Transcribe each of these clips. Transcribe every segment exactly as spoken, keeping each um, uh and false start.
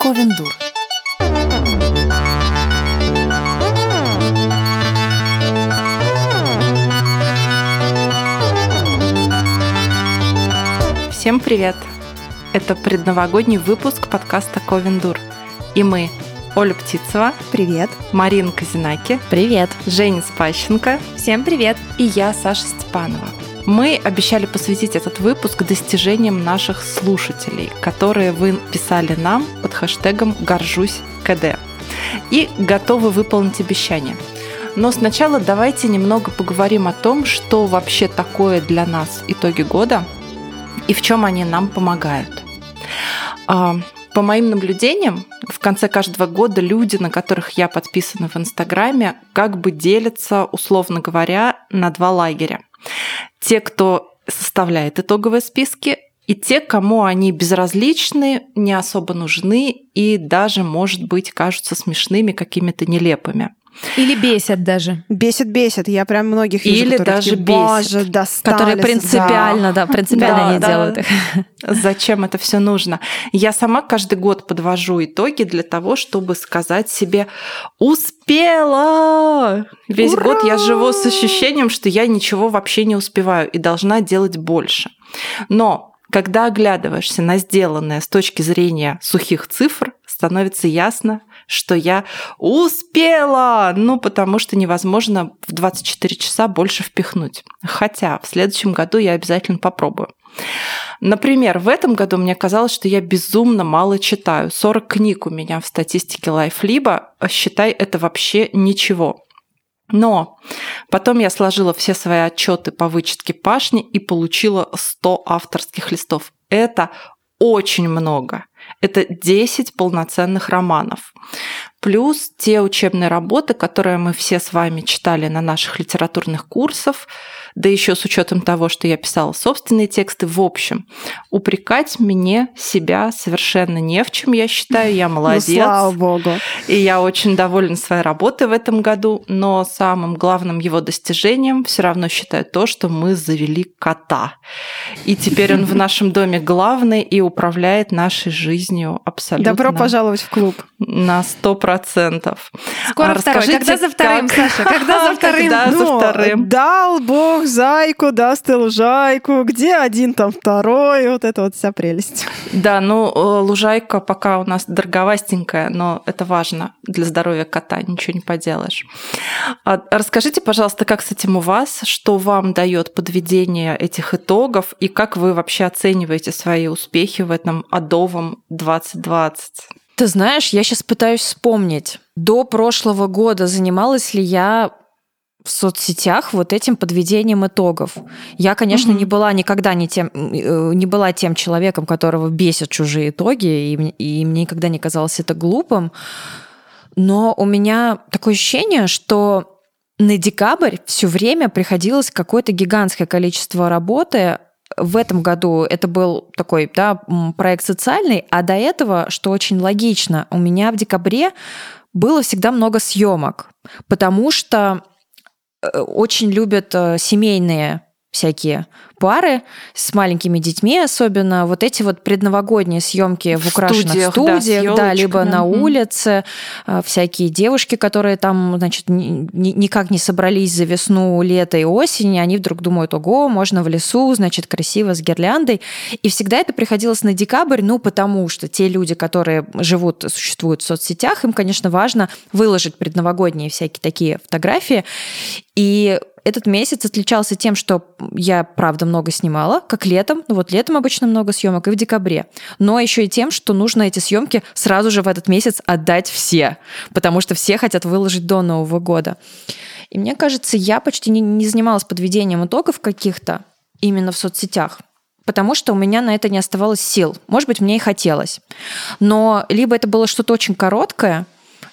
Ковендур. Всем привет! Это предновогодний выпуск подкаста Ковендур. И мы Оля Птицева. Привет. Марина Козинаки. Привет. Женя Спащенко. Всем привет. И я, Саша Степанова. Мы обещали посвятить этот выпуск достижениям наших слушателей, которые вы писали нам под хэштегом «Горжусь КД» и готовы выполнить обещание. Но сначала давайте немного поговорим о том, что вообще такое для нас итоги года и в чем они нам помогают. По моим наблюдениям, в конце каждого года люди, на которых я подписана в Инстаграме, как бы делятся, условно говоря, на два лагеря. Те, кто составляет итоговые списки, и те, кому они безразличны, не особо нужны и даже, может быть, кажутся смешными, какими-то нелепыми. Или бесят даже. Бесит, бесит. Я прям многих вижу, Или которые даже такие, бесит. боже, достали. Которые принципиально, да, да принципиально да, не да. делают их. Зачем это все нужно? Я сама каждый год подвожу итоги для того, чтобы сказать себе «Успела!». Весь Ура! год я живу с ощущением, что я ничего вообще не успеваю и должна делать больше. Но когда оглядываешься на сделанное с точки зрения сухих цифр, становится ясно, что я успела, ну, потому что невозможно в двадцать четыре часа больше впихнуть. Хотя в следующем году я обязательно попробую. Например, в этом году мне казалось, что я безумно мало читаю. сорок книг у меня в статистике Лайфлиба. Считай, это вообще ничего. Но потом я сложила все свои отчеты по вычетке пашни и получила сто авторских листов. Это очень много. Это десять полноценных романов. Плюс те учебные работы, которые мы все с вами читали на наших литературных курсах, да еще с учетом того, что я писала собственные тексты. В общем, упрекать мне себя совершенно не в чем, я считаю, я молодец. Ну, слава богу. И я очень довольна своей работой в этом году, но самым главным его достижением все равно считаю то, что мы завели кота. И теперь он в нашем доме главный и управляет нашей жизнью абсолютно. Добро пожаловать в клуб. На сто процентов. Скоро а второй. Когда за вторым, как... Саша? Когда за вторым? Когда ну, за вторым? Дал Бог зайку, даст и лужайку. Где один, там второй. Вот это вот вся прелесть. Да, ну, лужайка пока у нас дороговастенькая, но это важно для здоровья кота, ничего не поделаешь. Расскажите, пожалуйста, как с этим у вас, что вам дает подведение этих итогов и как вы вообще оцениваете свои успехи в этом адовом двадцать двадцать? Ты знаешь, я сейчас пытаюсь вспомнить. До прошлого года занималась ли я в соцсетях вот этим подведением итогов. Я, конечно, mm-hmm. не была никогда не тем, не была тем человеком, которого бесят чужие итоги, и, и мне никогда не казалось это глупым. Но у меня такое ощущение, что на декабрь все время приходилось какое-то гигантское количество работы. В этом году это был такой, да, проект социальный, а до этого, что очень логично, у меня в декабре было всегда много съемок, потому что очень любят семейные всякие пары с маленькими детьми, особенно вот эти вот предновогодние съемки в украшенных студиях, студиях, да, да, либо на mm-hmm. улице, всякие девушки, которые там, значит, ни, никак не собрались за весну, лето и осень, они вдруг думают, ого, можно в лесу, значит, красиво с гирляндой. И всегда это приходилось на декабрь, ну, потому что те люди, которые живут, существуют в соцсетях, им, конечно, важно выложить предновогодние всякие такие фотографии. И этот месяц отличался тем, что я, правда, много снимала, как летом. Ну вот летом обычно много съемок, и в декабре. Но еще и тем, что нужно эти съемки сразу же в этот месяц отдать все, потому что все хотят выложить до Нового года. И мне кажется, я почти не, не занималась подведением итогов каких-то именно в соцсетях, потому что у меня на это не оставалось сил. Может быть, мне и хотелось. Но либо это было что-то очень короткое,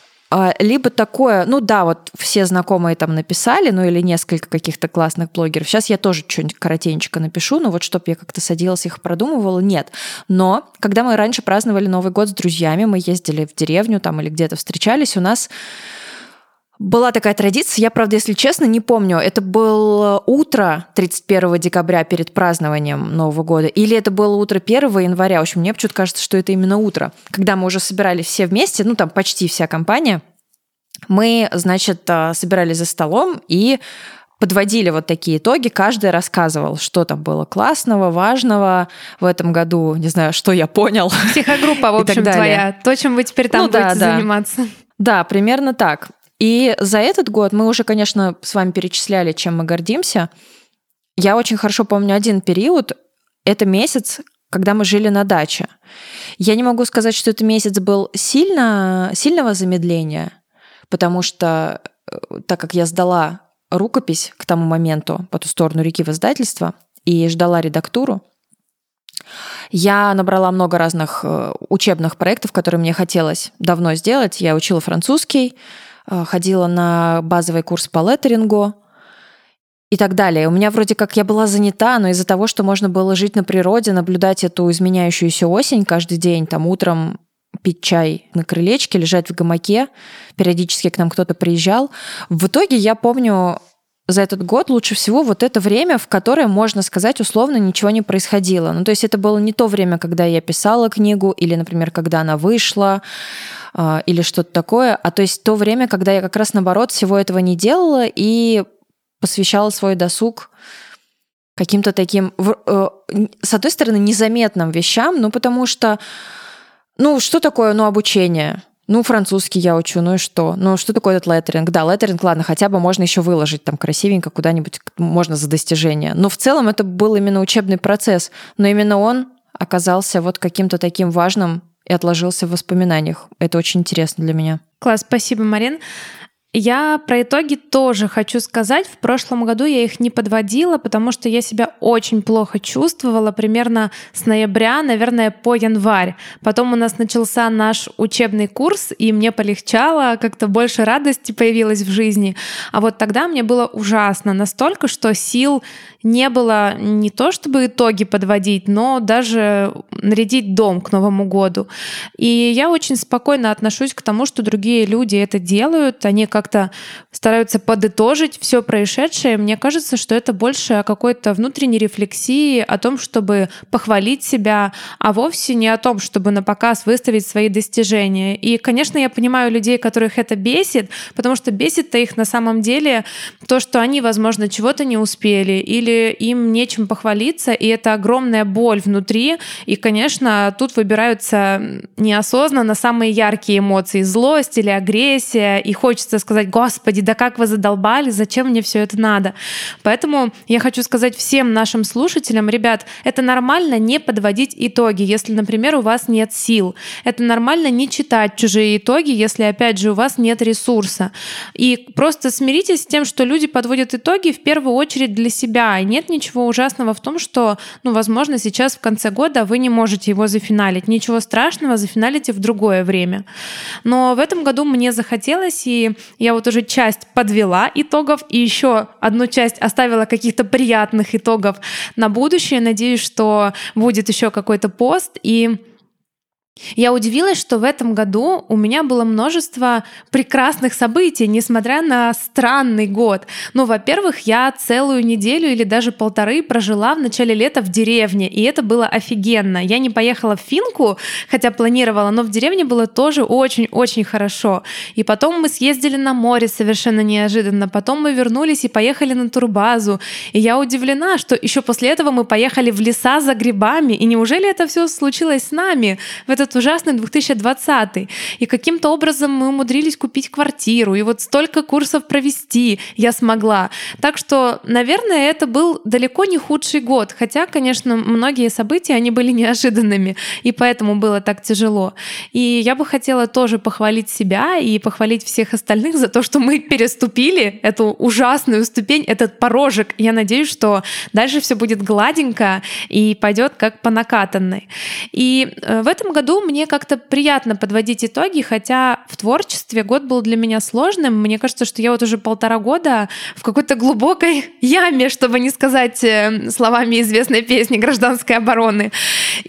либо такое, ну да, вот все знакомые там написали, ну или несколько каких-то классных блогеров. Сейчас я тоже что-нибудь коротенько напишу, но вот чтоб я как-то садилась, их продумывала, нет. Но когда мы раньше праздновали Новый год с друзьями, мы ездили в деревню там или где-то встречались, у нас Была такая традиция, я, правда, если честно, не помню, это было утро тридцать первого декабря перед празднованием Нового года, или это было утро первого января, в общем, мне почему-то кажется, что это именно утро, когда мы уже собирались все вместе, ну, там почти вся компания, мы, значит, собирались за столом и подводили вот такие итоги, каждый рассказывал, что там было классного, важного в этом году, не знаю, что я понял. Психогруппа, в общем, твоя, то, чем вы теперь там ну, будете да, да. заниматься. Да, примерно так. И за этот год мы уже, конечно, с вами перечисляли, чем мы гордимся. Я очень хорошо помню один период. Это месяц, когда мы жили на даче. Я не могу сказать, что это месяц был сильно, сильного замедления, потому что, так как я сдала рукопись к тому моменту по ту сторону реки в издательство и ждала редактуру, я набрала много разных учебных проектов, которые мне хотелось давно сделать. Я учила французский, ходила на базовый курс по леттерингу и так далее. У меня вроде как я была занята, но из-за того, что можно было жить на природе, наблюдать эту изменяющуюся осень каждый день, там утром пить чай на крылечке, лежать в гамаке, периодически к нам кто-то приезжал. В итоге я помню за этот год лучше всего вот это время, в которое, можно сказать, условно ничего не происходило. Ну, то есть это было не то время, когда я писала книгу, или, например, когда она вышла, или что-то такое, а то есть то время, когда я как раз, наоборот, всего этого не делала и посвящала свой досуг каким-то таким, с одной стороны, незаметным вещам, ну, потому что, ну, что такое, ну, обучение? Ну, французский я учу, ну и что? Ну, что такое этот леттеринг? Да, леттеринг, ладно, хотя бы можно еще выложить там красивенько куда-нибудь, можно за достижение. Но в целом это был именно учебный процесс, но именно он оказался вот каким-то таким важным и отложился в воспоминаниях. Это очень интересно для меня. Класс, спасибо, Марин. Я про итоги тоже хочу сказать. В прошлом году я их не подводила, потому что я себя очень плохо чувствовала примерно с ноября, наверное, по январь. Потом у нас начался наш учебный курс, и мне полегчало, как-то больше радости появилось в жизни. А вот тогда мне было ужасно, настолько, что сил не было не то чтобы итоги подводить, но даже нарядить дом к Новому году. И я очень спокойно отношусь к тому, что другие люди это делают, они как-то стараются подытожить все происшедшее. Мне кажется, что это больше о какой-то внутренней рефлексии, о том, чтобы похвалить себя, а вовсе не о том, чтобы на показ выставить свои достижения. И, конечно, я понимаю людей, которых это бесит, потому что бесит-то их на самом деле то, что они, возможно, чего-то не успели или им нечем похвалиться, и это огромная боль внутри. И, конечно, тут выбираются неосознанно самые яркие эмоции: злость или агрессия, и хочется сказать: «Господи, да как вы задолбали, зачем мне все это надо?» Поэтому я хочу сказать всем нашим слушателям: ребят, это нормально не подводить итоги, если, например, у вас нет сил. Это нормально не читать чужие итоги, если, опять же, у вас нет ресурса. И просто смиритесь с тем, что люди подводят итоги в первую очередь для себя. И нет ничего ужасного в том, что, ну, возможно, сейчас в конце года вы не можете его зафиналить. Ничего страшного, зафиналите в другое время. Но в этом году мне захотелось, и я вот уже часть подвела итогов, и еще одну часть оставила каких-то приятных итогов на будущее. Надеюсь, что будет еще какой-то пост. И я удивилась, что в этом году у меня было множество прекрасных событий, несмотря на странный год. Ну, во-первых, я целую неделю или даже полторы прожила в начале лета в деревне, и это было офигенно. Я не поехала в Финку, хотя планировала, но в деревне было тоже очень-очень хорошо. И потом мы съездили на море совершенно неожиданно, потом мы вернулись и поехали на турбазу. И я удивлена, что еще после этого мы поехали в леса за грибами, и неужели это все случилось с нами в этот ужасный две тысячи двадцатый. И каким-то образом мы умудрились купить квартиру, и вот столько курсов провести я смогла. Так что, наверное, это был далеко не худший год, хотя, конечно, многие события, они были неожиданными, и поэтому было так тяжело. И я бы хотела тоже похвалить себя и похвалить всех остальных за то, что мы переступили эту ужасную ступень, этот порожек. Я надеюсь, что дальше все будет гладенько и пойдет как по накатанной. И в этом году мне как-то приятно подводить итоги, хотя в творчестве год был для меня сложным. Мне кажется, что я вот уже полтора года в какой-то глубокой яме, чтобы не сказать словами известной песни «Гражданской обороны». И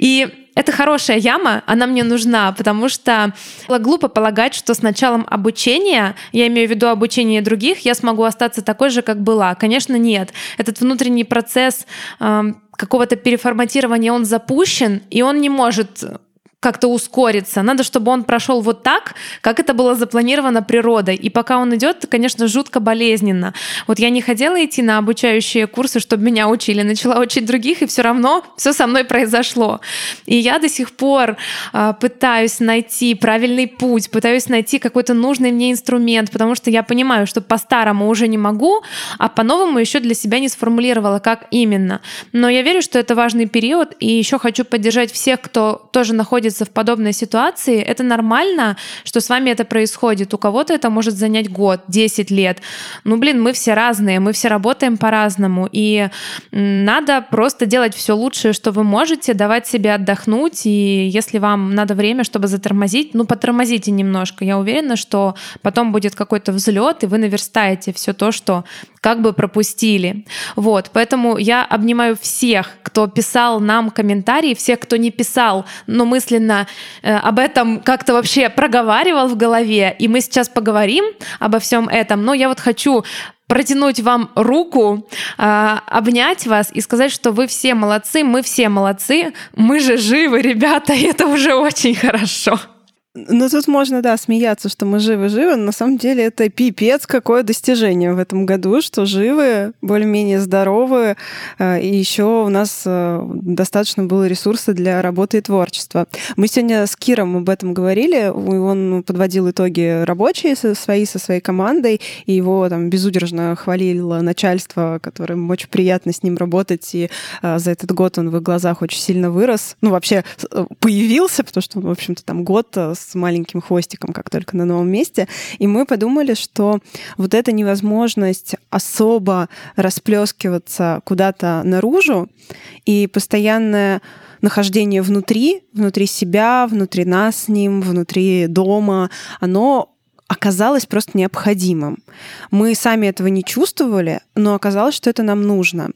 это хорошая яма, она мне нужна, потому что было глупо полагать, что с началом обучения, я имею в виду обучение других, я смогу остаться такой же, как была. Конечно, нет. Этот внутренний процесс э, какого-то переформатирования, он запущен, и он не может как-то ускориться. Надо, чтобы он прошел вот так, как это было запланировано природой. И пока он идет, конечно, жутко болезненно. Вот я не хотела идти на обучающие курсы, чтобы меня учили. Начала учить других, и все равно все со мной произошло. И я до сих пор э, пытаюсь найти правильный путь, пытаюсь найти какой-то нужный мне инструмент, потому что я понимаю, что по-старому уже не могу, а по-новому еще для себя не сформулировала, как именно. Но я верю, что это важный период, и еще хочу поддержать всех, кто тоже находится в подобной ситуации. Это нормально, что с вами это происходит. У кого-то это может занять год, десять лет. Ну, блин, мы все разные, мы все работаем по-разному. И надо просто делать все лучшее, что вы можете, давать себе отдохнуть. И если вам надо время, чтобы затормозить, ну, потормозите немножко. Я уверена, что потом будет какой-то взлет, и вы наверстаете все то, что как бы пропустили. Вот, поэтому я обнимаю всех, кто писал нам комментарии, всех, кто не писал, но мысленно э, об этом как-то вообще проговаривал в голове, и мы сейчас поговорим обо всем этом. Но я вот хочу протянуть вам руку, э, обнять вас и сказать, что вы все молодцы, мы все молодцы, мы же живы, ребята, и это уже очень хорошо. Ну, тут можно, да, смеяться, что мы живы-живы, но на самом деле это пипец какое достижение в этом году, что живы, более-менее здоровы, и еще у нас достаточно было ресурса для работы и творчества. Мы сегодня с Киром об этом говорили, он подводил итоги рабочие свои со своей командой, и его там безудержно хвалило начальство, которым очень приятно с ним работать, и за этот год он в их глазах очень сильно вырос, ну, вообще появился, потому что он, в общем-то, там год с маленьким хвостиком, как только на новом месте. И мы подумали, что вот эта невозможность особо расплескиваться куда-то наружу и постоянное нахождение внутри, внутри себя, внутри нас с ним, внутри дома, оно оказалось просто необходимым. Мы сами этого не чувствовали, но оказалось, что это нам нужно.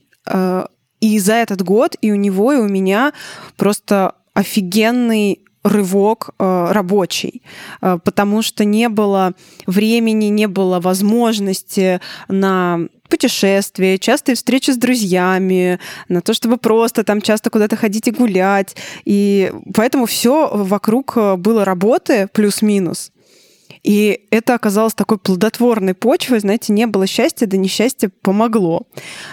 И за этот год и у него, и у меня просто офигенный рывок э, рабочий, э, потому что не было времени, не было возможности на путешествия, частые встречи с друзьями, на то, чтобы просто там часто куда-то ходить и гулять. И поэтому все вокруг было работы плюс-минус. И это оказалось такой плодотворной почвой, знаете, не было счастья, да несчастье помогло.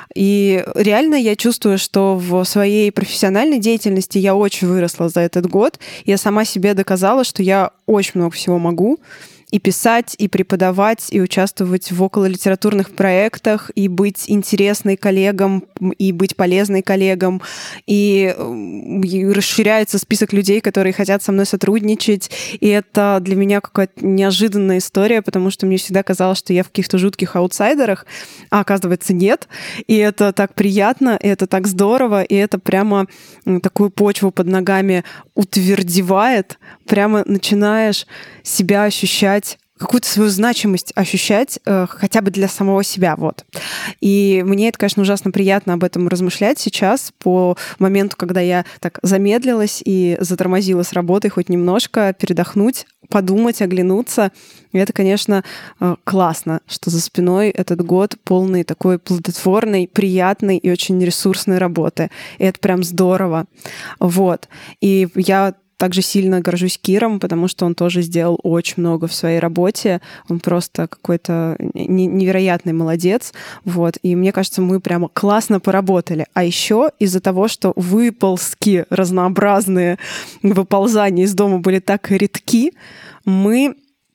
И реально я чувствую, что в своей профессиональной деятельности я очень выросла за этот год. Я сама себе доказала, что я очень много всего могу. И писать, и преподавать, и участвовать в окололитературных проектах, и быть интересной коллегам, и быть полезной коллегам. И, и расширяется список людей, которые хотят со мной сотрудничать. И это для меня какая-то неожиданная история, потому что мне всегда казалось, что я в каких-то жутких аутсайдерах, а оказывается нет. И это так приятно, и это так здорово, и это прямо такую почву под ногами утвердевает. Прямо начинаешь себя ощущать, какую-то свою значимость ощущать э, хотя бы для самого себя. Вот. И мне это, конечно, ужасно приятно об этом размышлять сейчас, по моменту, когда я так замедлилась и затормозила с работой хоть немножко, передохнуть, подумать, оглянуться. И это, конечно, э, классно, что за спиной этот год полный такой плодотворной, приятной и очень ресурсной работы. И это прям здорово. Вот. И я также сильно горжусь Киром, потому что он тоже сделал очень много в своей работе. Он просто какой-то невероятный молодец. Вот. И мне кажется, мы прямо классно поработали. А еще из-за того, что выползки, разнообразные выползания из дома были так редки, мы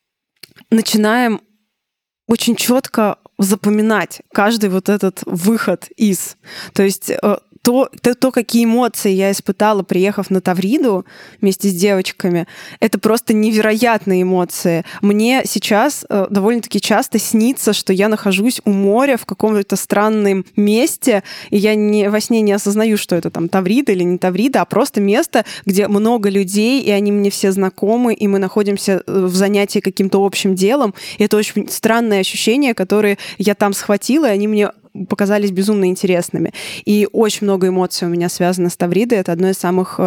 начинаем очень четко запоминать каждый вот этот выход из. То есть То, то, то, какие эмоции я испытала, приехав на Тавриду вместе с девочками, это просто невероятные эмоции. Мне сейчас э, довольно-таки часто снится, что я нахожусь у моря в каком-то странном месте, и я не, во сне не осознаю, что это там Таврида или не Таврида, а просто место, где много людей, и они мне все знакомы, и мы находимся в занятии каким-то общим делом. И это очень странные ощущения, которые я там схватила, и они мне показались безумно интересными. И очень много эмоций у меня связано с Тавридой. Это одно из самых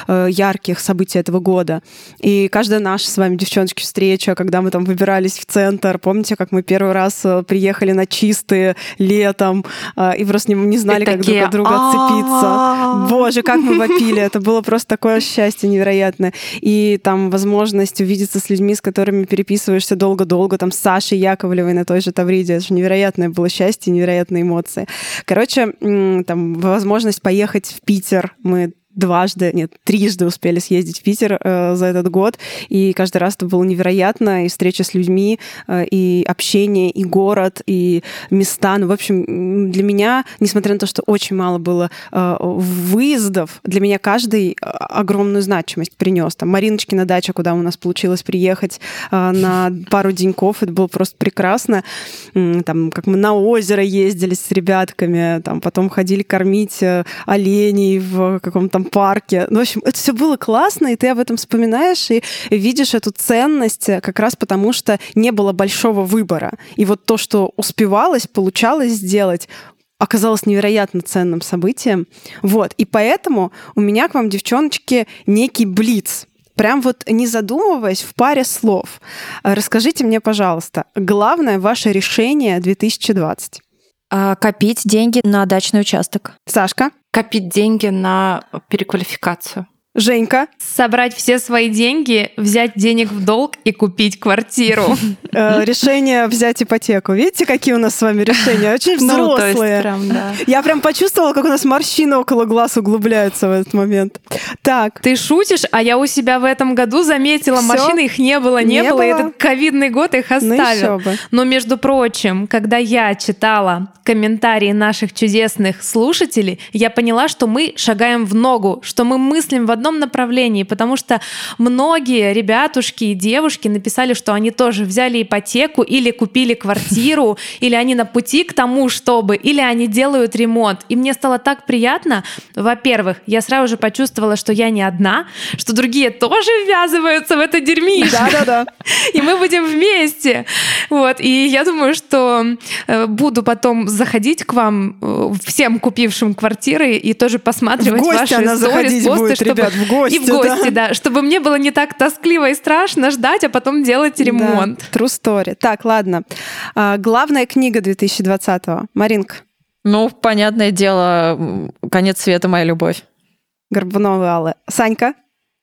ярких событий этого года. И каждая наша с вами, девчоночки, встреча, когда мы там выбирались в центр, помните, как мы первый раз приехали на чистые летом и просто не, не знали, как друг от друга отцепиться. Боже, как мы вопили. Это было просто такое счастье невероятное. И там возможность увидеться с людьми, с которыми переписываешься долго-долго, там с Сашей Яковлевой на той же Тавриде. Это же невероятное было счастье, невероятные эмоции. Короче, там возможность поехать в Питер. Мы дважды, нет, трижды успели съездить в Питер э, за этот год, и каждый раз это было невероятно, и встреча с людьми, э, и общение, и город, и места. Ну, в общем, для меня, несмотря на то, что очень мало было э, выездов, для меня каждый огромную значимость принес. Там Мариночкина дача, куда у нас получилось приехать э, на пару деньков, это было просто прекрасно. Там, как мы на озеро ездили с ребятками, там, потом ходили кормить оленей в каком-то парке. Ну, в общем, это все было классно, и ты об этом вспоминаешь и видишь эту ценность как раз потому, что не было большого выбора. И вот то, что успевалось, получалось сделать, оказалось невероятно ценным событием. Вот. И поэтому у меня к вам, девчоночки, некий блиц. Прям вот не задумываясь, в паре слов. Расскажите мне, пожалуйста, главное ваше решение две тысячи двадцать. Копить деньги на дачный участок. Сашка? Копить деньги на переквалификацию. Женька? Собрать все свои деньги, взять денег в долг и купить квартиру. Решение взять ипотеку. Видите, какие у нас с вами решения? Очень взрослые. Я прям почувствовала, как у нас морщины около глаз углубляются в этот момент. Так. Ты шутишь, а я у себя в этом году заметила, морщины, их не было, не было, и этот ковидный год их оставил. Но, между прочим, когда я читала комментарии наших чудесных слушателей, я поняла, что мы шагаем в ногу, что мы мыслим в одном направлении, потому что многие ребятушки и девушки написали, что они тоже взяли ипотеку или купили квартиру, или они на пути к тому, чтобы, или они делают ремонт. И мне стало так приятно. Во-первых, я сразу же почувствовала, что я не одна, что другие тоже ввязываются в это дерьмище. Да-да-да. И мы будем вместе. Вот. И я думаю, что буду потом заходить к вам, всем купившим квартиры, и тоже посматривать ваши сторис, посты, чтобы в гости, и в гости, да. да, чтобы мне было не так тоскливо и страшно ждать, а потом делать ремонт. Да, true story. Так, ладно. А, главная книга две тысячи двадцатого. Маринка. Ну, понятное дело, «Конец света. Моя любовь». Горбунова Алла. Санька.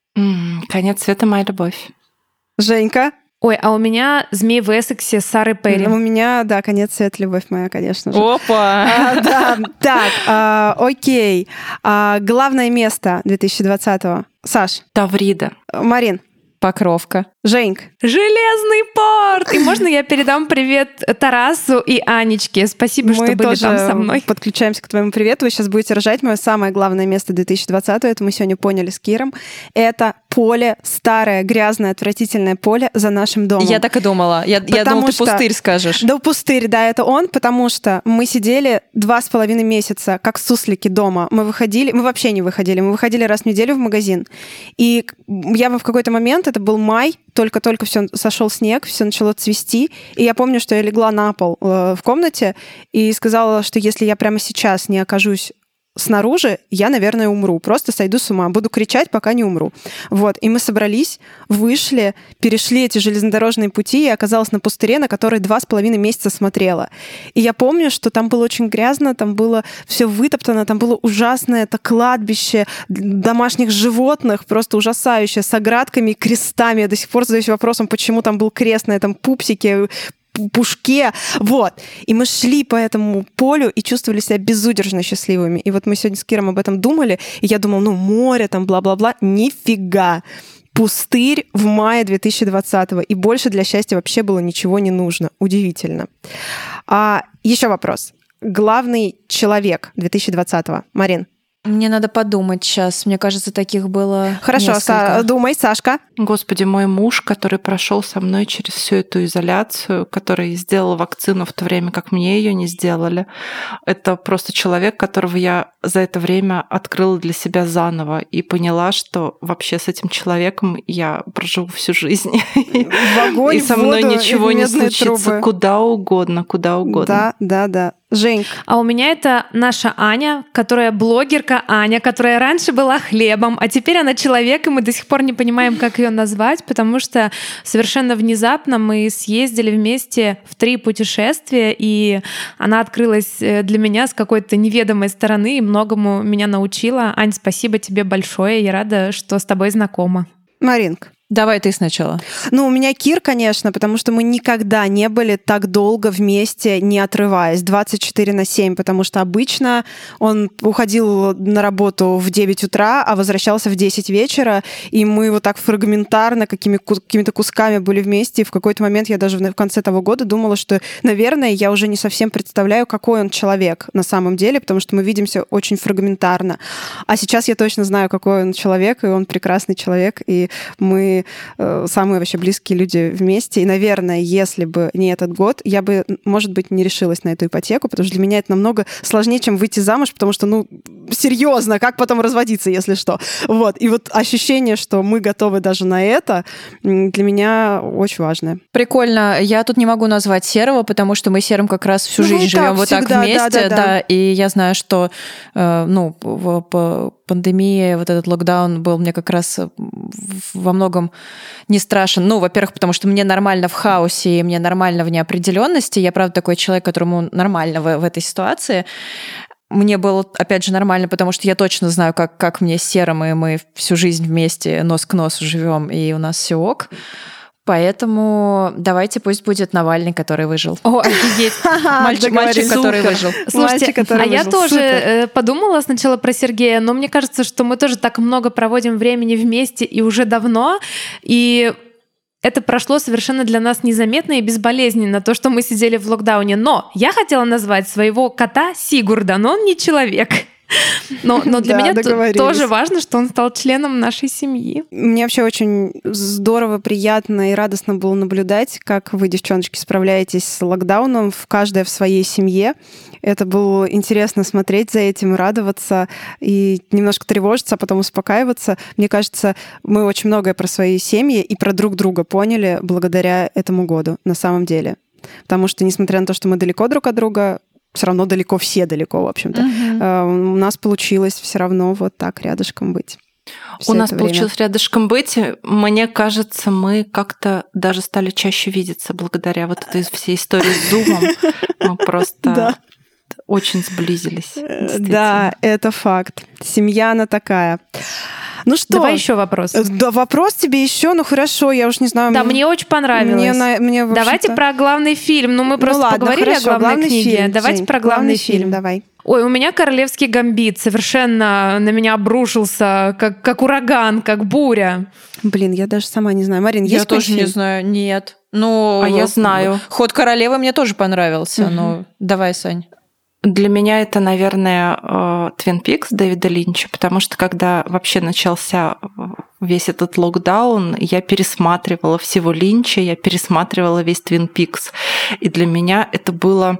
Mm, «Конец света. Моя любовь». Женька. Ой, а у меня «Змей в Эссексе» Сары Перри. У меня, да, «Конец света. Любовь моя», конечно же. Опа! А, да, так, а, окей. А, главное место две тысячи двадцатого. Саш. Таврида. Марин. Покровка. Женьк. Железный порт! И можно я передам привет Тарасу и Анечке? Спасибо, Мы что были тоже там со мной. Подключаемся к твоему привету. Вы сейчас будете рожать. Мое самое главное место две тысячи двадцатого, это мы сегодня поняли с Киром, это поле, старое, грязное, отвратительное поле за нашим домом. Я так и думала. Я, я думала, ты что... пустырь скажешь. Да, пустырь, да, это он, потому что мы сидели два с половиной месяца, как суслики дома. Мы выходили, мы вообще не выходили, мы выходили раз в неделю в магазин. И я в какой-то момент, это был май, только-только все сошел снег, все начало цвести, и я помню, что я легла на пол э, в комнате и сказала, что если я прямо сейчас не окажусь снаружи, я, наверное, умру. Просто сойду с ума. Буду кричать, пока не умру. Вот. И мы собрались, вышли, перешли эти железнодорожные пути, и оказалась на пустыре, на который два с половиной месяца смотрела. И я помню, что там было очень грязно, там было все вытоптано, там было ужасное это кладбище домашних животных, просто ужасающее, с оградками и крестами. Я до сих пор задаюсь вопросом, почему там был крест на этом пупсике, пушке, вот. И мы шли по этому полю и чувствовали себя безудержно счастливыми. И вот мы сегодня с Киром об этом думали, и я думала, ну, море там, бла-бла-бла. Нифига. Пустырь в мае две тысячи двадцатого. И больше для счастья вообще было ничего не нужно. Удивительно. А, еще вопрос. Главный человек две тысячи двадцатого. Марин. Мне надо подумать сейчас. Мне кажется, таких было Хорошо, несколько. Са- думай, Сашка. Господи, мой муж, который прошел со мной через всю эту изоляцию, который сделал вакцину в то время, как мне ее не сделали, это просто человек, которого я за это время открыла для себя заново и поняла, что вообще с этим человеком я проживу всю жизнь. В огонь, И со в мной воду, ничего и в не медные случится. трубы. Куда угодно, куда угодно. Да, да, да. Жень. А у меня это наша Аня, которая блогерка Аня, которая раньше была хлебом, а теперь она человек, и мы до сих пор не понимаем, как ее назвать, потому что совершенно внезапно мы съездили вместе в три путешествия, и она открылась для меня с какой-то неведомой стороны и многому меня научила. Ань, спасибо тебе большое, я рада, что с тобой знакома. Маринка. Давай ты сначала. Ну, у меня Кир, конечно, потому что мы никогда не были так долго вместе, не отрываясь, двадцать четыре на семь, потому что обычно он уходил на работу в девять утра, а возвращался в десять вечера, и мы вот так фрагментарно какими, какими-то кусками были вместе, и в какой-то момент я даже в конце того года думала, что, наверное, я уже не совсем представляю, какой он человек на самом деле, потому что мы видимся очень фрагментарно. А сейчас я точно знаю, какой он человек, и он прекрасный человек, и мы самые вообще близкие люди вместе. И, наверное, если бы не этот год, я бы, может быть, не решилась на эту ипотеку, потому что для меня это намного сложнее, чем выйти замуж, потому что, ну, серьезно, как потом разводиться, если что. Вот. И вот ощущение, что мы готовы даже на это, для меня очень важное. Прикольно. Я тут не могу назвать Серого, потому что мы с Серым как раз всю Ну, жизнь вот живем так вот всегда, так вместе, да, да, да. да. И я знаю, что э, ну, в, в пандемии вот этот локдаун был мне как раз во многом не страшен. Ну, во-первых, потому что мне нормально в хаосе, и мне нормально в неопределенности. Я, правда, такой человек, которому нормально в, в этой ситуации. Мне было, опять же, нормально, потому что я точно знаю, как, как мне с Серым, и мы всю жизнь вместе нос к носу живем, и у нас все ок. Поэтому давайте пусть будет Навальный, который выжил. О, офигеть. Мальчик, мальчик, который выжил. Слушайте, Мальчик, который а я выжил. тоже Супер. э, подумала сначала про Сергея, но мне кажется, что мы тоже так много проводим времени вместе и уже давно, и это прошло совершенно для нас незаметно и безболезненно, то, что мы сидели в локдауне. Но я хотела назвать своего кота Сигурда, но он не человек. Но, но для Да, меня т- договорились. тоже важно, что он стал членом нашей семьи. Мне вообще очень здорово, приятно и радостно было наблюдать, как вы, девчоночки, справляетесь с локдауном, в каждая в своей семье. Это было интересно смотреть за этим, радоваться и немножко тревожиться, а потом успокаиваться. Мне кажется, мы очень многое про свои семьи и про друг друга поняли благодаря этому году, на самом деле. Потому что, несмотря на то, что мы далеко друг от друга, все равно далеко, все далеко, в общем-то. Uh-huh. У нас получилось все равно вот так рядышком быть. У нас получилось рядышком быть. Мне кажется, мы как-то даже стали чаще видеться благодаря вот этой всей истории с Зумом. Мы просто очень сблизились. Да, это факт. Семья, она такая. Ну что? Давай еще вопрос. Да, вопрос тебе еще, ну хорошо, я уж не знаю. Да, мне очень понравилось. Мне, на, мне, Давайте про главный фильм. Ну, мы просто ну, ладно, поговорили хорошо, о главной главный книге. Фильм, Давайте Жень, про главный, главный фильм. фильм. Давай. Ой, у меня «Королевский гамбит» совершенно на меня обрушился, как, как ураган, как буря. Блин, я даже сама не знаю. Марин, я есть тоже фильм? не знаю, нет. Ну, а я знаю. «Ход королевы» мне тоже понравился. Угу. Ну, давай, Сань. Для меня это, наверное, «Твин Пикс» Дэвида Линча, потому что когда вообще начался весь этот локдаун, я пересматривала всего Линча, я пересматривала весь «Твин Пикс». И для меня это было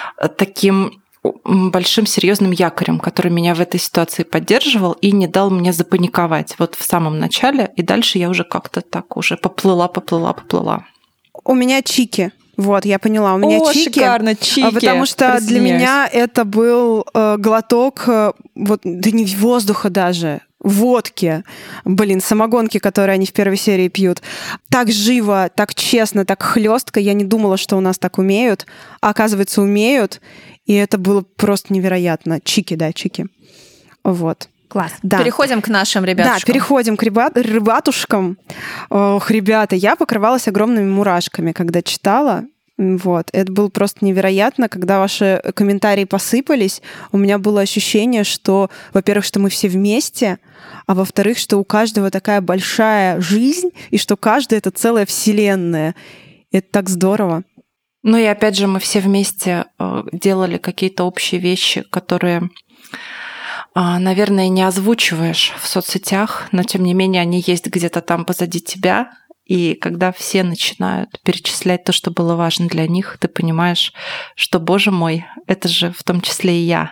таким большим серьезным якорем, который меня в этой ситуации поддерживал и не дал мне запаниковать вот в самом начале, и дальше я уже как-то так уже поплыла, поплыла, поплыла. У меня «Чики». Вот, я поняла, у меня О, чики, шикарно, чики. Потому что для меня это был э, глоток, э, вот, да не воздуха даже, водки, блин, самогонки, которые они в первой серии пьют. Так живо, так честно, так хлестко. Я не думала, что у нас так умеют, а оказывается, умеют. И это было просто невероятно. Чики, да, чики. Вот. Класс. Да. Переходим к нашим ребятушкам. Да, переходим к ребят, ребятушкам. Ох, ребята, я покрывалась огромными мурашками, когда читала. Вот. Это было просто невероятно. Когда ваши комментарии посыпались, у меня было ощущение, что, во-первых, что мы все вместе, а во-вторых, что у каждого такая большая жизнь, и что каждый — это целая вселенная. Это так здорово. Ну и опять же, мы все вместе делали какие-то общие вещи, которые наверное, не озвучиваешь в соцсетях, но тем не менее они есть где-то там позади тебя. И когда все начинают перечислять то, что было важно для них, ты понимаешь, что, боже мой, это же в том числе и я.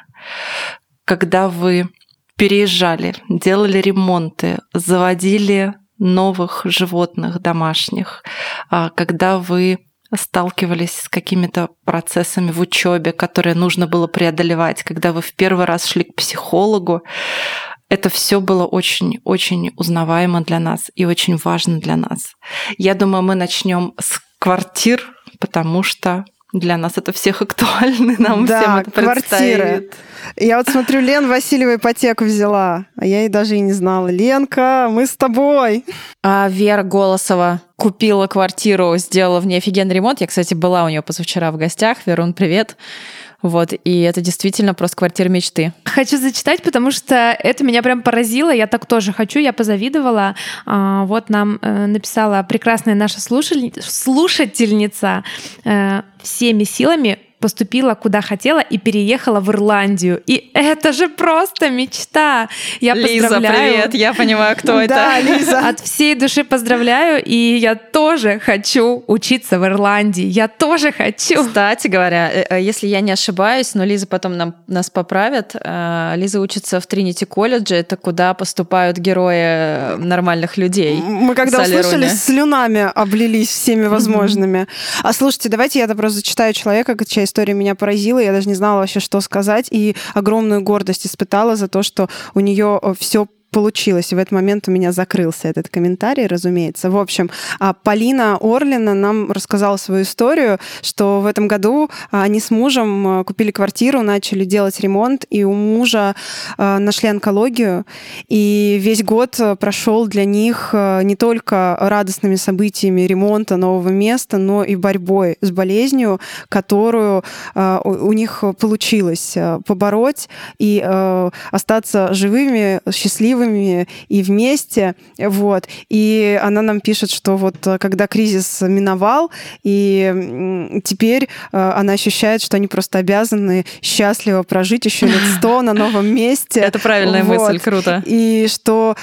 Когда вы переезжали, делали ремонты, заводили новых животных домашних, когда вы сталкивались с какими-то процессами в учебе, которые нужно было преодолевать, когда вы в первый раз шли к психологу, это все было очень-очень узнаваемо для нас и очень важно для нас. Я думаю, мы начнем с квартир, потому что для нас это всех актуально, нам да, всем это квартиры. предстоит. Я вот смотрю, Лен Васильева ипотеку взяла, а я и даже и не знала. Ленка, мы с тобой. А Вера Голосова купила квартиру, сделала в ней офигенный ремонт. Я, кстати, была у нее позавчера в гостях. Верун, привет. Вот, и это действительно просто квартира мечты. Хочу зачитать, потому что это меня прям поразило. Я так тоже хочу, я позавидовала. Вот нам написала прекрасная наша слушательница. Всеми силами поступила куда хотела и переехала в Ирландию. И это же просто мечта. Я Лиза, поздравляю. привет, я понимаю, кто это. Да, Лиза. От всей души поздравляю, и я тоже хочу учиться в Ирландии. Я тоже хочу. Кстати говоря, если я не ошибаюсь, но Лиза потом нам, нас поправит, Лиза учится в Тринити колледже, это куда поступают герои нормальных людей. Мы когда услышали, слюнами облились всеми возможными. Mm-hmm. А слушайте, давайте я просто зачитаю человека, чья история меня поразила, я даже не знала вообще, что сказать, и огромную гордость испытала за то, что у нее все получилось. И в этот момент у меня закрылся этот комментарий, разумеется. В общем, Полина Орлина нам рассказала свою историю, что в этом году они с мужем купили квартиру, начали делать ремонт, и у мужа нашли онкологию. И весь год прошел для них не только радостными событиями ремонта нового места, но и борьбой с болезнью, которую у них получилось побороть и остаться живыми, счастливыми и вместе, вот. И она нам пишет, что вот когда кризис миновал, и теперь она ощущает, что они просто обязаны счастливо прожить еще лет сто на новом месте. Это правильная вот. мысль, круто. И что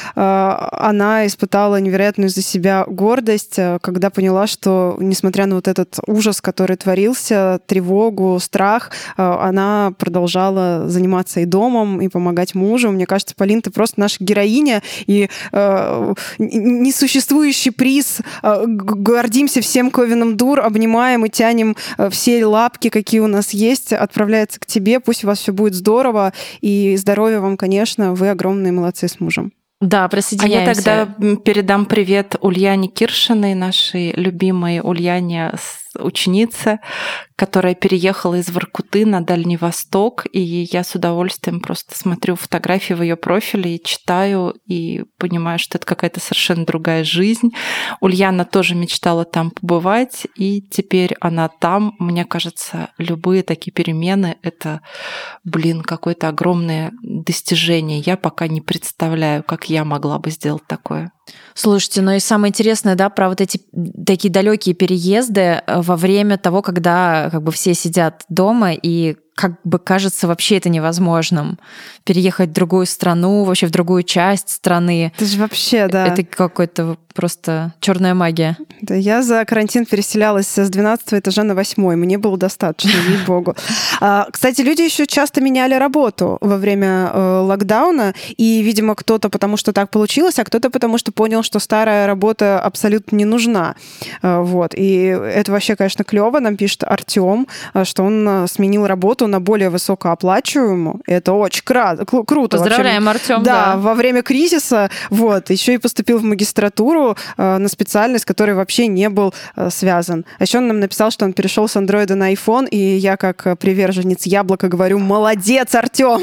она испытала невероятную за себя гордость, когда поняла, что, несмотря на вот этот ужас, который творился, тревогу, страх, она продолжала заниматься и домом, и помогать мужу. Мне кажется, Полин, ты просто наша героиня и э, несуществующий приз. Э, гордимся всем Ковином Дур, обнимаем и тянем э, все лапки, какие у нас есть, отправляется к тебе. Пусть у вас все будет здорово и здоровья вам, конечно. Вы огромные молодцы с мужем. Да, присоединяемся. А я тогда передам привет Ульяне Киршиной, нашей любимой Ульяне, ученице, которая переехала из Воркуты на Дальний Восток, и я с удовольствием просто смотрю фотографии в ее профиле и читаю, и понимаю, что это какая-то совершенно другая жизнь. Ульяна тоже мечтала там побывать, и теперь она там. Мне кажется, любые такие перемены — это, блин, какое-то огромное достижение. Я пока не представляю, как я могла бы сделать такое. Слушайте, ну и самое интересное, да, про вот эти такие далекие переезды во время того, когда как бы все сидят дома, и как бы кажется вообще это невозможным. Переехать в другую страну, вообще в другую часть страны. Это же вообще, да. Это какой-то просто черная магия. Да, я за карантин переселялась с двенадцатого этажа на восьмой. Мне было достаточно, ей-богу. А, кстати, люди еще часто меняли работу во время э, локдауна. И, видимо, кто-то потому, что так получилось, а кто-то потому, что понял, что старая работа абсолютно не нужна. А, вот. И это вообще, конечно, клево. Нам пишет Артем, что он сменил работу на более высокооплачиваемую. Это очень кра- круто. Поздравляем, Артем. Да, да, во время кризиса. Вот. Еще и поступил в магистратуру э, на специальность, который вообще не был э, связан. А еще он нам написал, что он перешел с андроида на iPhone, и я, как приверженец яблока, говорю: молодец, Артем!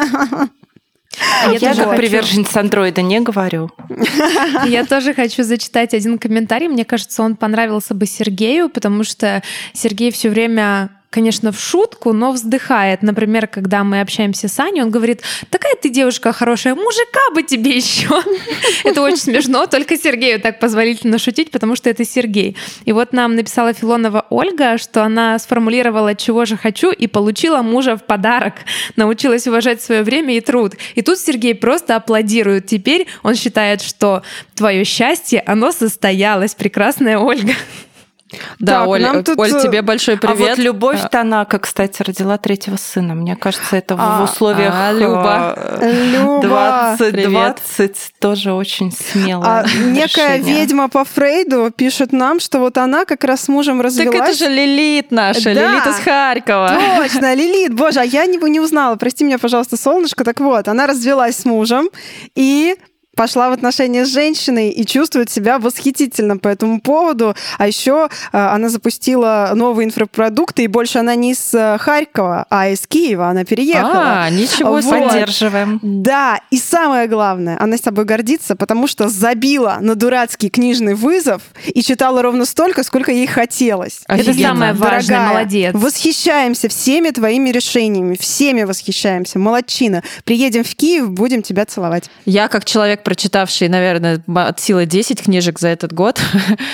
А я, я как хочу... приверженец андроида не говорю. Я тоже хочу зачитать один комментарий. Мне кажется, он понравился бы Сергею, потому что Сергей все время конечно, в шутку, но вздыхает. Например, когда мы общаемся с Аней, он говорит: такая ты девушка хорошая, мужика бы тебе еще. Это очень смешно, только Сергею так позволительно шутить, потому что это Сергей. И вот нам написала Филонова Ольга, что она сформулировала, чего же хочу, и получила мужа в подарок. Научилась уважать свое время и труд. И тут Сергей просто аплодирует. Теперь он считает, что твое счастье, оно состоялось. Прекрасная Ольга. Да, Так, Оль, тут... Оль, тебе большой привет. А вот Любовь Танака, кстати, родила третьего сына. Мне кажется, это А, в условиях а, Люба. Люба. двадцать двадцать тоже очень смело. А некая ведьма по Фрейду пишет нам, что вот она как раз с мужем развелась. Так это же Лилит наша, Да. Лилит из Харькова. Точно, Лилит. Боже, а я не, не узнала. Прости меня, пожалуйста, солнышко. Так вот, она развелась с мужем и пошла в отношения с женщиной и чувствует себя восхитительно по этому поводу. А еще она запустила новые инфопродукты, и больше она не из Харькова, а из Киева. Она переехала. А, ничего себе. Вот. Поддерживаем. Да, и самое главное, она с собой гордится, потому что забила на дурацкий книжный вызов и читала ровно столько, сколько ей хотелось. Это Офигенно. самое важное, Дорогая, молодец. Восхищаемся всеми твоими решениями, всеми восхищаемся. Молодчина. Приедем в Киев, будем тебя целовать. Я, как человек, прочитавший, наверное, от силы десять книжек за этот год,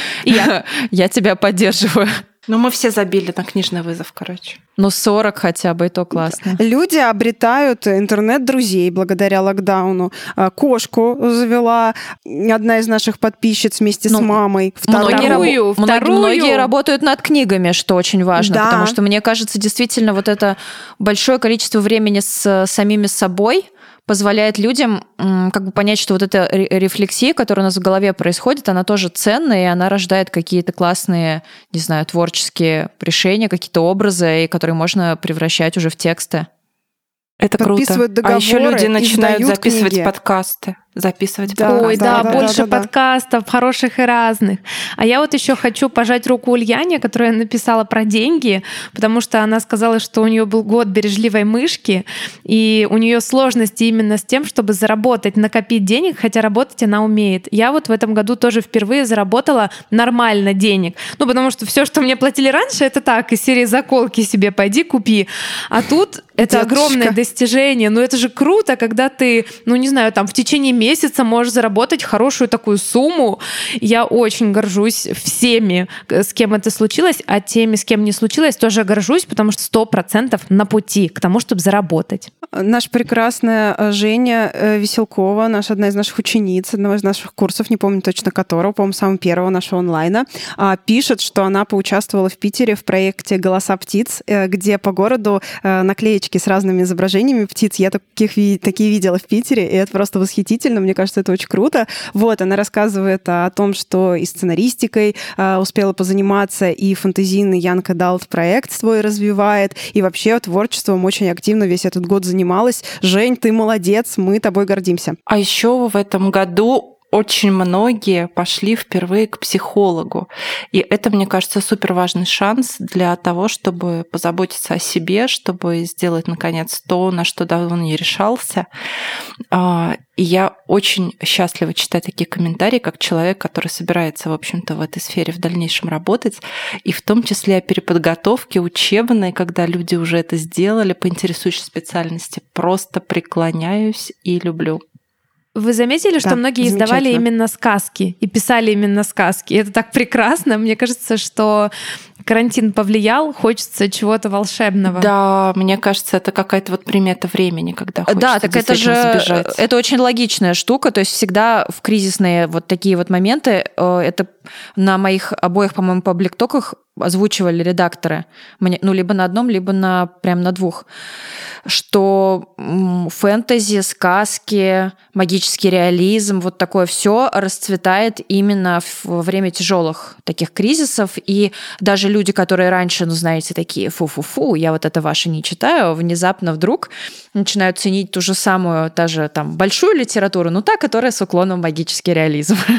я. я тебя поддерживаю. Ну, мы все забили на книжный вызов, короче. Ну, сорок хотя бы, и то классно. Люди обретают интернет-друзей благодаря локдауну. Кошку завела одна из наших подписчиц вместе Ну, с мамой. Вторую. Вторую, Многие, вторую. многие работают над книгами, что очень важно, Да. потому что, мне кажется, действительно вот это большое количество времени с самими собой позволяет людям м, как бы понять, что вот эта ре- рефлексия, которая у нас в голове происходит, она тоже ценная, и она рождает какие-то классные, не знаю, творческие решения, какие-то образы, и которые можно превращать уже в тексты. Это круто. Подписывают А договоры еще люди и начинают сдают записывать книги. подкасты. Записывать Да, подкасты. Ой, да, да, да, больше да, да, да. подкастов, хороших и разных. А я вот еще хочу пожать руку Ульяне, которая написала про деньги, потому что она сказала, что у нее был год бережливой мышки, и у нее сложности именно с тем, чтобы заработать, накопить денег, хотя работать она умеет. Я вот в этом году тоже впервые заработала нормально денег. Ну, потому что все, что мне платили раньше, это так, из серии заколки себе пойди купи. А тут это Деточка. огромное достижение. Ну, это же круто, когда ты, ну, не знаю, там в течение месяца можешь заработать хорошую такую сумму. Я очень горжусь всеми, с кем это случилось, а теми, с кем не случилось, тоже горжусь, потому что сто процентов на пути к тому, чтобы заработать. Наша прекрасная Женя Веселкова, наша одна из наших учениц, одного из наших курсов, не помню точно которого, по-моему, самого первого нашего онлайна, пишет, что она поучаствовала в Питере в проекте «Голоса птиц», где по городу наклеечки с разными изображениями птиц. Я таких, такие видела в Питере, и это просто восхитительно. Мне кажется, это очень круто. Вот, она рассказывает о том, что и сценаристикой успела позаниматься, и фэнтезийный Young Adult проект свой развивает, и вообще творчеством очень активно весь этот год занималась. Жень, ты молодец, мы тобой гордимся. А еще в этом году очень многие пошли впервые к психологу. И это, мне кажется, супер важный шанс для того, чтобы позаботиться о себе, чтобы сделать, наконец, то, на что давно не решался. И я очень счастлива читать такие комментарии, как человек, который собирается, в общем-то, в этой сфере в дальнейшем работать, и в том числе о переподготовке учебной, когда люди уже это сделали по интересующей специальности. Просто преклоняюсь и люблю. Вы заметили, что Да, многие издавали именно сказки и писали именно сказки? И это так прекрасно. Мне кажется, что карантин повлиял, хочется чего-то волшебного. Да, мне кажется, это какая-то вот примета времени, когда хочется Да, так это же сбежать. Это очень логичная штука. То есть всегда в кризисные вот такие вот моменты, это на моих обоих, по-моему, паблик-токах озвучивали редакторы, ну, либо на одном, либо на, прям на двух, что фэнтези, сказки, магический реализм, вот такое все расцветает именно во время тяжелых таких кризисов, и даже люди, которые раньше, ну, знаете, такие фу-фу-фу, я вот это ваше не читаю, внезапно вдруг начинают ценить ту же самую, даже там большую литературу, но та, которая с уклоном в магический реализм.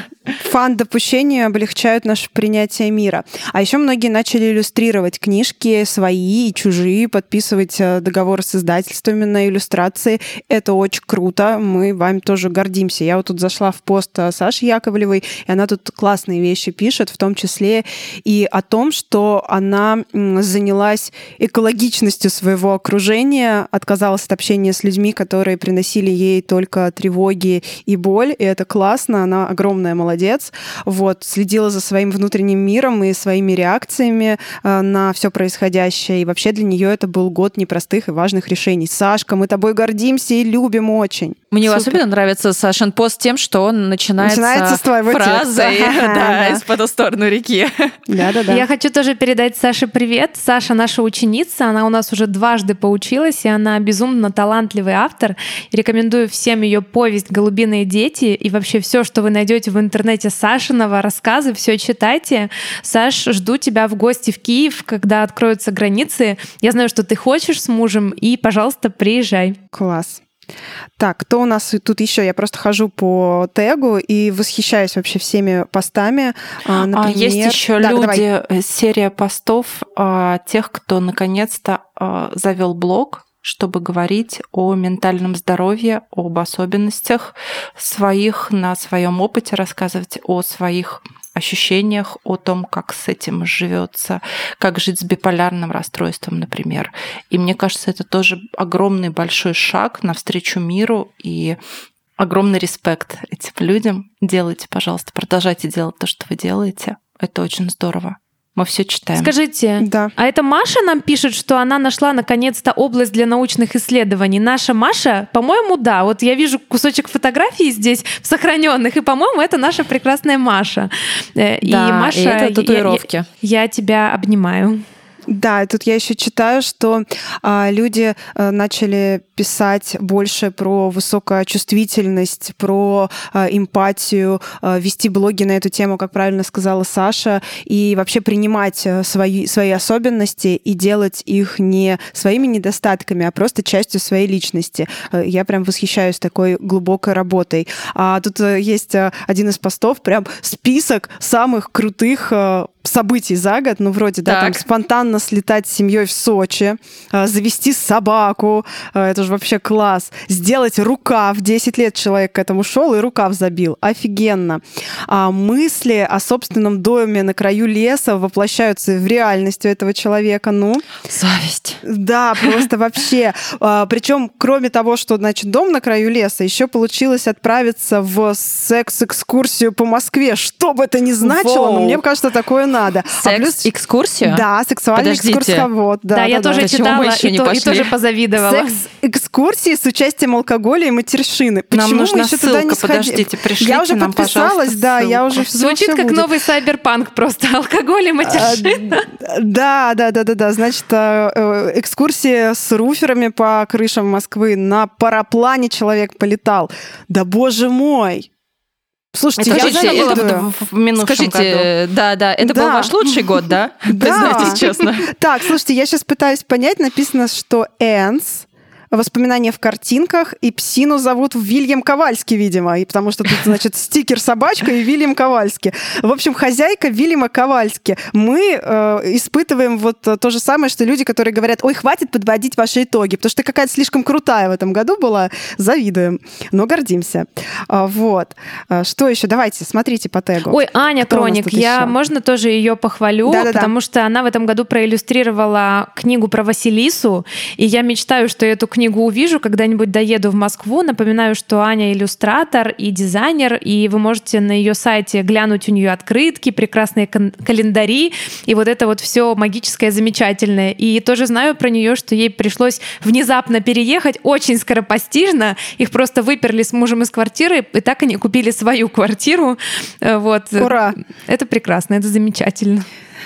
Фан-допущения облегчают наше принятие мира. А еще многие начали иллюстрировать книжки свои и чужие, подписывать договоры с издательствами на иллюстрации. Это очень круто. Мы вами тоже гордимся. Я вот тут зашла в пост Саши Яковлевой, и она тут классные вещи пишет, в том числе и о том, что она занялась экологичностью своего окружения, отказалась от общения с людьми, которые приносили ей только тревоги и боль, и это классно. Она огромная молодец. Вот, следила за своим внутренним миром и своими реакциями э, на все происходящее. И вообще для нее это был год непростых и важных решений. Сашка, мы тобой гордимся и любим очень. Мне Супер. особенно нравится Сашин пост тем, что он начинается, начинается с твоего фразой текста. да, Да. из «По ту сторону реки». Да-да-да. Я хочу тоже передать Саше привет. Саша наша ученица, она у нас уже дважды поучилась, и она безумно талантливый автор. Рекомендую всем ее повесть «Голубиные дети» и вообще все, что вы найдете в интернете Сашиного, рассказы, все читайте. Саш, жду тебя в гости в Киев, когда откроются границы. Я знаю, что ты хочешь с мужем, и, пожалуйста, приезжай. Класс. Так, кто у нас тут еще? Я просто хожу по тегу и восхищаюсь вообще всеми постами. Например... А есть еще да, люди, давай. серия постов а, тех, кто наконец-то а, завел блог, чтобы говорить о ментальном здоровье, об особенностях своих, на своем опыте рассказывать о своих ощущениях, о том, как с этим живется, как жить с биполярным расстройством, например. И мне кажется, это тоже огромный большой шаг навстречу миру и огромный респект этим людям. Делайте, пожалуйста, продолжайте делать то, что вы делаете. Это очень здорово. Мы все читаем. Скажите, Да. а это Маша нам пишет, что она нашла наконец-то область для научных исследований. Наша Маша, по-моему, да. Вот я вижу кусочек фотографии здесь в сохраненных, и, по-моему, это наша прекрасная Маша. И Да, Маша, и это татуировки. Я, я тебя обнимаю. Да, и тут я еще читаю, что а, люди а, начали писать больше про высокочувствительность, про а, эмпатию, а, вести блоги на эту тему, как правильно сказала Саша, и вообще принимать свои, свои особенности и делать их не своими недостатками, а просто частью своей личности. Я прям восхищаюсь такой глубокой работой. А тут есть один из постов, прям список самых крутых событий за год, ну, вроде, да, Так. там спонтанно слетать с семьей в Сочи, завести собаку, это же вообще класс, сделать рукав, десять лет человек к этому шел и рукав забил, офигенно. А мысли о собственном доме на краю леса воплощаются в реальность у этого человека, ну. Зависть. Да, просто вообще. Причем, кроме того, что, значит, дом на краю леса, еще получилось отправиться в секс-экскурсию по Москве, что бы это ни значило, Воу. но мне кажется, такое надо. А плюс- Секс-экскурсию? Да, сексуальный Подождите. экскурсовод. Да, Да, да, я да. тоже Почему мы читала еще и, не то- и пошли? тоже позавидовала. Секс-экскурсии с участием алкоголя и матершины. Нам Почему нужна мы еще туда не ссылка, сходили? подождите, пришлите Я уже нам, подписалась, пожалуйста, да, я ссылку. уже всё- Звучит всё как будет. новый сайберпанк просто. Алкоголь и матершина. Да, да, да, да, да. Значит, э, экскурсии с руферами по крышам Москвы. На параплане человек полетал. Да боже мой! Слушайте, Это я же было завидую. в, в минувшем году. Скажите, да, да, это был Да. ваш лучший год, да? Да. Признайтесь честно. Так, слушайте, я сейчас пытаюсь понять. Написано, что Энс, воспоминания в картинках, и псину зовут Вильям Ковальский, видимо, и потому что тут, значит, стикер собачка и Вильям Ковальский. В общем, хозяйка Вильяма Ковальски. Мы э, испытываем вот то же самое, что люди, которые говорят, ой, хватит подводить ваши итоги, потому что какая-то слишком крутая в этом году была, завидуем, но гордимся. А, вот. А, что еще? Давайте, смотрите по тегу. Ой, Аня Кто у нас Кроник, тут я, еще? можно тоже ее похвалю, Да-да-да. потому что она в этом году проиллюстрировала книгу про Василису, и я мечтаю, что эту книгу увижу, когда-нибудь доеду в Москву. Напоминаю, что Аня иллюстратор и дизайнер, и вы можете на ее сайте глянуть, у нее открытки, прекрасные кон- календари, и вот это вот все магическое, замечательное. И тоже знаю про нее, что ей пришлось внезапно переехать, очень скоропостижно, их просто выперли с мужем из квартиры, и так они купили свою квартиру. Э, Вот. Ура! Это прекрасно, это замечательно.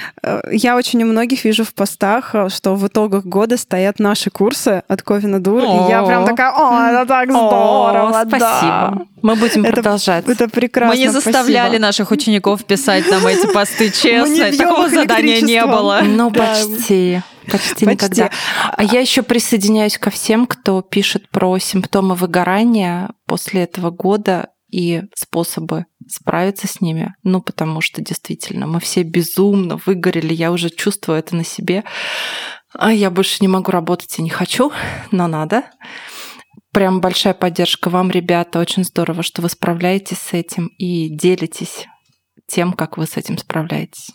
Я очень у многих вижу в постах, что в итогах года стоят наши курсы от Ковина Дур, и я прям такая, о, это так здорово, О, да». спасибо. Мы будем Это- продолжать. Это прекрасно, Мы не заставляли спасибо. наших учеников писать нам эти посты, Мы честно. не бьем Такого их задания не электричеством. было. Ну, Да. почти. Почти Почти. никогда. А я еще присоединяюсь ко всем, кто пишет про симптомы выгорания после этого года. и способы справиться с ними. Ну, потому что действительно мы все безумно выгорели, я уже чувствую это на себе. А я больше не могу работать и не хочу, но надо. Прям большая поддержка вам, ребята. Очень здорово, что вы справляетесь с этим и делитесь тем, как вы с этим справляетесь.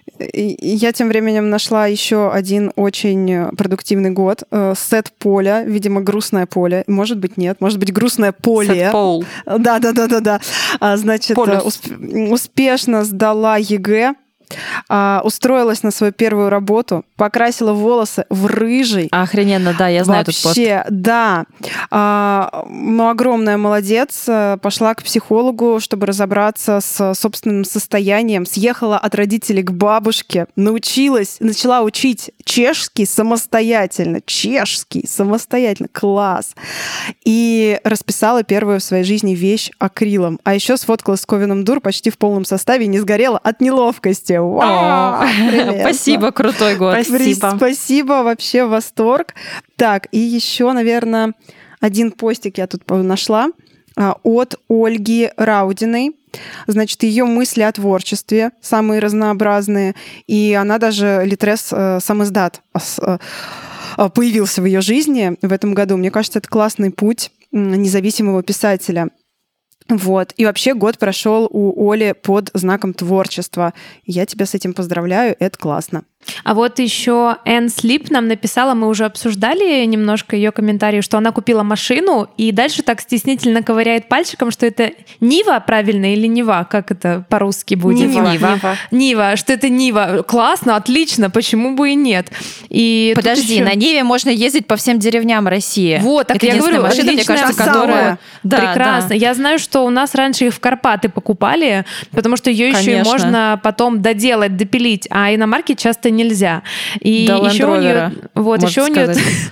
Я тем временем нашла еще один очень продуктивный год. Сет поля, видимо, грустное поле. Может быть, нет. Может быть, грустное поле. Сет пол. Да, да, да, да, да. Значит, усп- успешно сдала ЕГЭ. Устроилась на свою первую работу, покрасила волосы в рыжий. Охрененно, да, я знаю Вообще, этот пост. Вообще, да. Ну, огромная молодец. Пошла к психологу, чтобы разобраться с собственным состоянием. Съехала от родителей к бабушке, научилась, начала учить чешский самостоятельно. Чешский самостоятельно. Класс. И расписала первую в своей жизни вещь акрилом. А еще сфоткалась с Ковином Дур почти в полном составе и не сгорела от неловкости. Вау, спасибо, крутой год. Спасибо. Спасибо, вообще восторг. Так, и еще, наверное, один постик я тут нашла от Ольги Раудиной. Значит, ее мысли о творчестве самые разнообразные. И она даже литрес самиздат появился в ее жизни в этом году. Мне кажется, это классный путь независимого писателя. Вот. И вообще год прошел у Оли под знаком творчества. Я тебя с этим поздравляю, это классно. А вот еще Энн Слип нам написала, мы уже обсуждали немножко ее комментарии, что она купила машину и дальше так стеснительно ковыряет пальчиком, что это Нива, правильно, или Нева, как это по-русски будет? Нива. Нива. Нива. Нива, что это Нива. Классно, отлично, почему бы и нет? И подожди, еще... на Ниве можно ездить по всем деревням России. Вот, так это я говорю, машина, мне кажется, самая. которая... Да, прекрасно. Да. Я знаю, что у нас раньше их в Карпаты покупали, потому что ее еще и можно потом доделать, допилить, а иномарки часто нельзя. И до еще у нее, вот еще у нее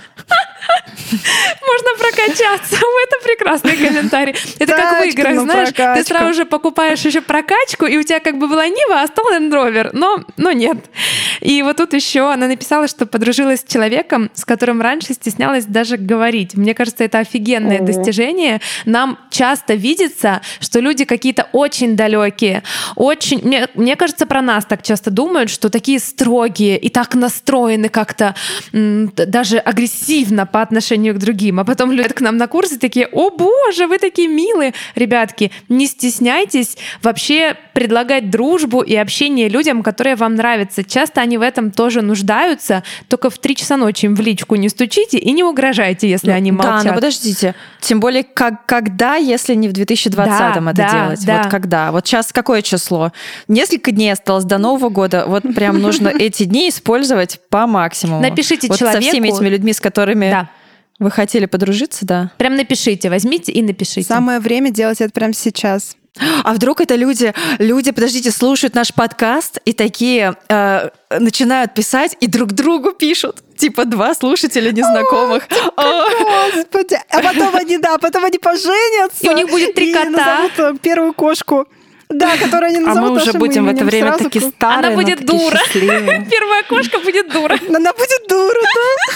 можно прокачаться. Это прекрасный комментарий. Это как в играх, знаешь, ты сразу же покупаешь еще прокачку, и у тебя как бы была Нива, а стал Land Rover, но, но нет. И вот тут еще она написала, что подружилась с человеком, с которым раньше стеснялась даже говорить. Мне кажется, это офигенное О. достижение. Нам часто видится, что люди какие-то очень далекие, очень... Мне, мне кажется, про нас так часто думают, что такие строгие и так настроены как-то м, даже агрессивно по отношению к другим. А потом люди к нам на курсы такие: о боже, вы такие милые. Ребятки, не стесняйтесь вообще предлагать дружбу и общение людям, которые вам нравятся. Часто они в этом тоже нуждаются. Только в три часа ночи им в личку не стучите и не угрожайте, если ну, они молчат. Да, но подождите. Тем более, как, когда, если не в две тысячи двадцатом да, это да, делать? Да. Вот когда? Вот сейчас какое число? Несколько дней осталось до Нового года. Вот прям нужно эти дни использовать по максимуму. Напишите вот человеку... со всеми этими людьми, с которыми... Да. Вы хотели подружиться, да? Прям напишите, возьмите и напишите. Самое время делать это прямо сейчас. А вдруг это люди, люди, подождите, слушают наш подкаст и такие э, начинают писать и друг другу пишут. Типа два слушателя незнакомых. Господи. А потом они, да, потом они поженятся. И у них будет три кота. И назовут первую кошку. Да, которую они назовут. А мы уже будем в это время такие старые. Она будет дура. Первая кошка будет дура. Она будет дура, да.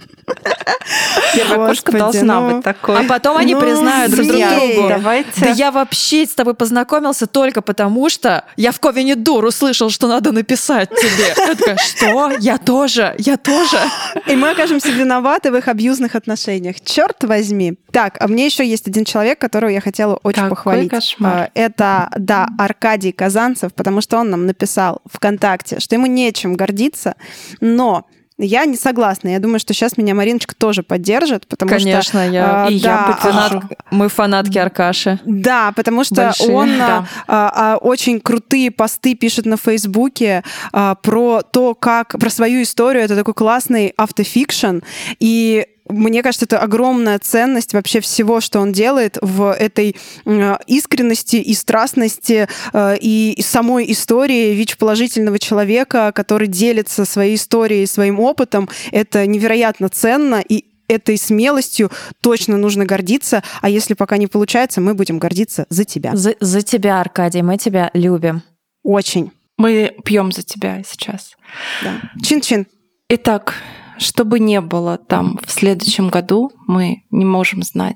Первая Господи, кошка должна ну... быть такой. А потом они ну, признают друг другу. Давайте. Да я вообще с тобой познакомился только потому, что я в Ковине Дур услышал, что надо написать тебе. Я такая, что? Я тоже, я тоже. И мы окажемся виноваты в их абьюзных отношениях. Черт возьми. Так, а мне еще есть один человек, которого я хотела очень Какой похвалить. Кошмар. Это, да, Аркадий Казанцев, потому что он нам написал ВКонтакте, что ему нечем гордиться, но я не согласна. Я думаю, что сейчас меня Мариночка тоже поддержит, потому Конечно, что... я, а, и да, я фанат, мы фанатки Аркаши. Да, потому что Большие, он да. а, а, очень крутые посты пишет на Фейсбуке а, про то, как... Про свою историю. Это такой классный автофикшн. И мне кажется, это огромная ценность вообще всего, что он делает в этой искренности и страстности и самой истории ВИЧ-положительного человека, который делится своей историей, своим опытом. Это невероятно ценно, и этой смелостью точно нужно гордиться. А если пока не получается, мы будем гордиться за тебя. За, за тебя, Аркадий, мы тебя любим. Очень. Мы пьем за тебя сейчас. Да. Чин-чин. Итак, что бы ни было там в следующем году, мы не можем знать,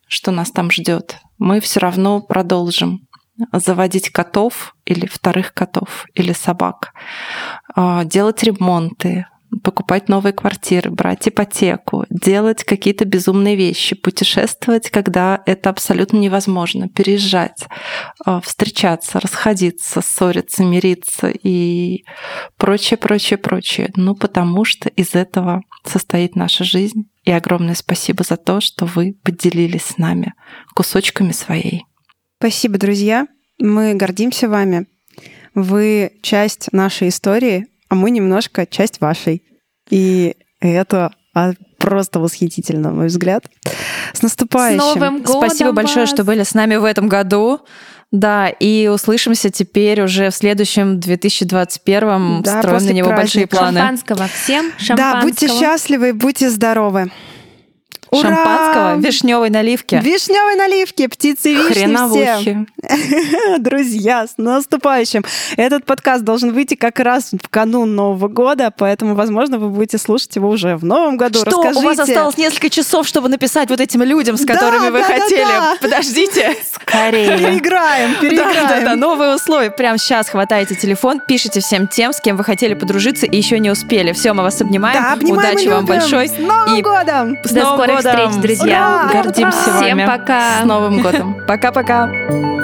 что нас там ждет, мы все равно продолжим заводить котов или вторых котов или собак, делать ремонты, покупать новые квартиры, брать ипотеку, делать какие-то безумные вещи, путешествовать, когда это абсолютно невозможно, переезжать, встречаться, расходиться, ссориться, мириться и прочее, прочее, прочее. Ну, потому что из этого состоит наша жизнь. И огромное спасибо за то, что вы поделились с нами кусочками своей. Спасибо, друзья. Мы гордимся вами. Вы часть нашей истории, а мы немножко часть вашей. И это просто восхитительно, на мой взгляд. С наступающим! С Новым годом Спасибо большое, вас. что были с нами в этом году. Да, и услышимся теперь уже в следующем две тысячи двадцать первом. Да, Строим на него большие праздника. планы. Шампанского всем, шампанского. Да, будьте счастливы, будьте здоровы. Ура! Шампанского, вишневой наливки. Вишневой наливки, птицы вишни всем. Хреновухи. Друзья, с наступающим. Этот подкаст должен выйти как раз в канун Нового года, поэтому, возможно, вы будете слушать его уже в Новом году. Что? Расскажите. У вас осталось несколько часов, чтобы написать вот этим людям, с которыми Да, вы да, да, хотели. да. Подождите. Скорее. Переиграем, Да, переиграем. да, да, новые условия. Прямо сейчас хватаете телефон, пишите всем тем, с кем вы хотели подружиться и еще не успели. Все, мы вас обнимаем. Да, обнимаем Удачи и вам любим. большой. С Новым И годом! с До Новым скорых годом. встреч, друзья. Ура! Гордимся Всем вами. пока. С Новым годом. Пока-пока.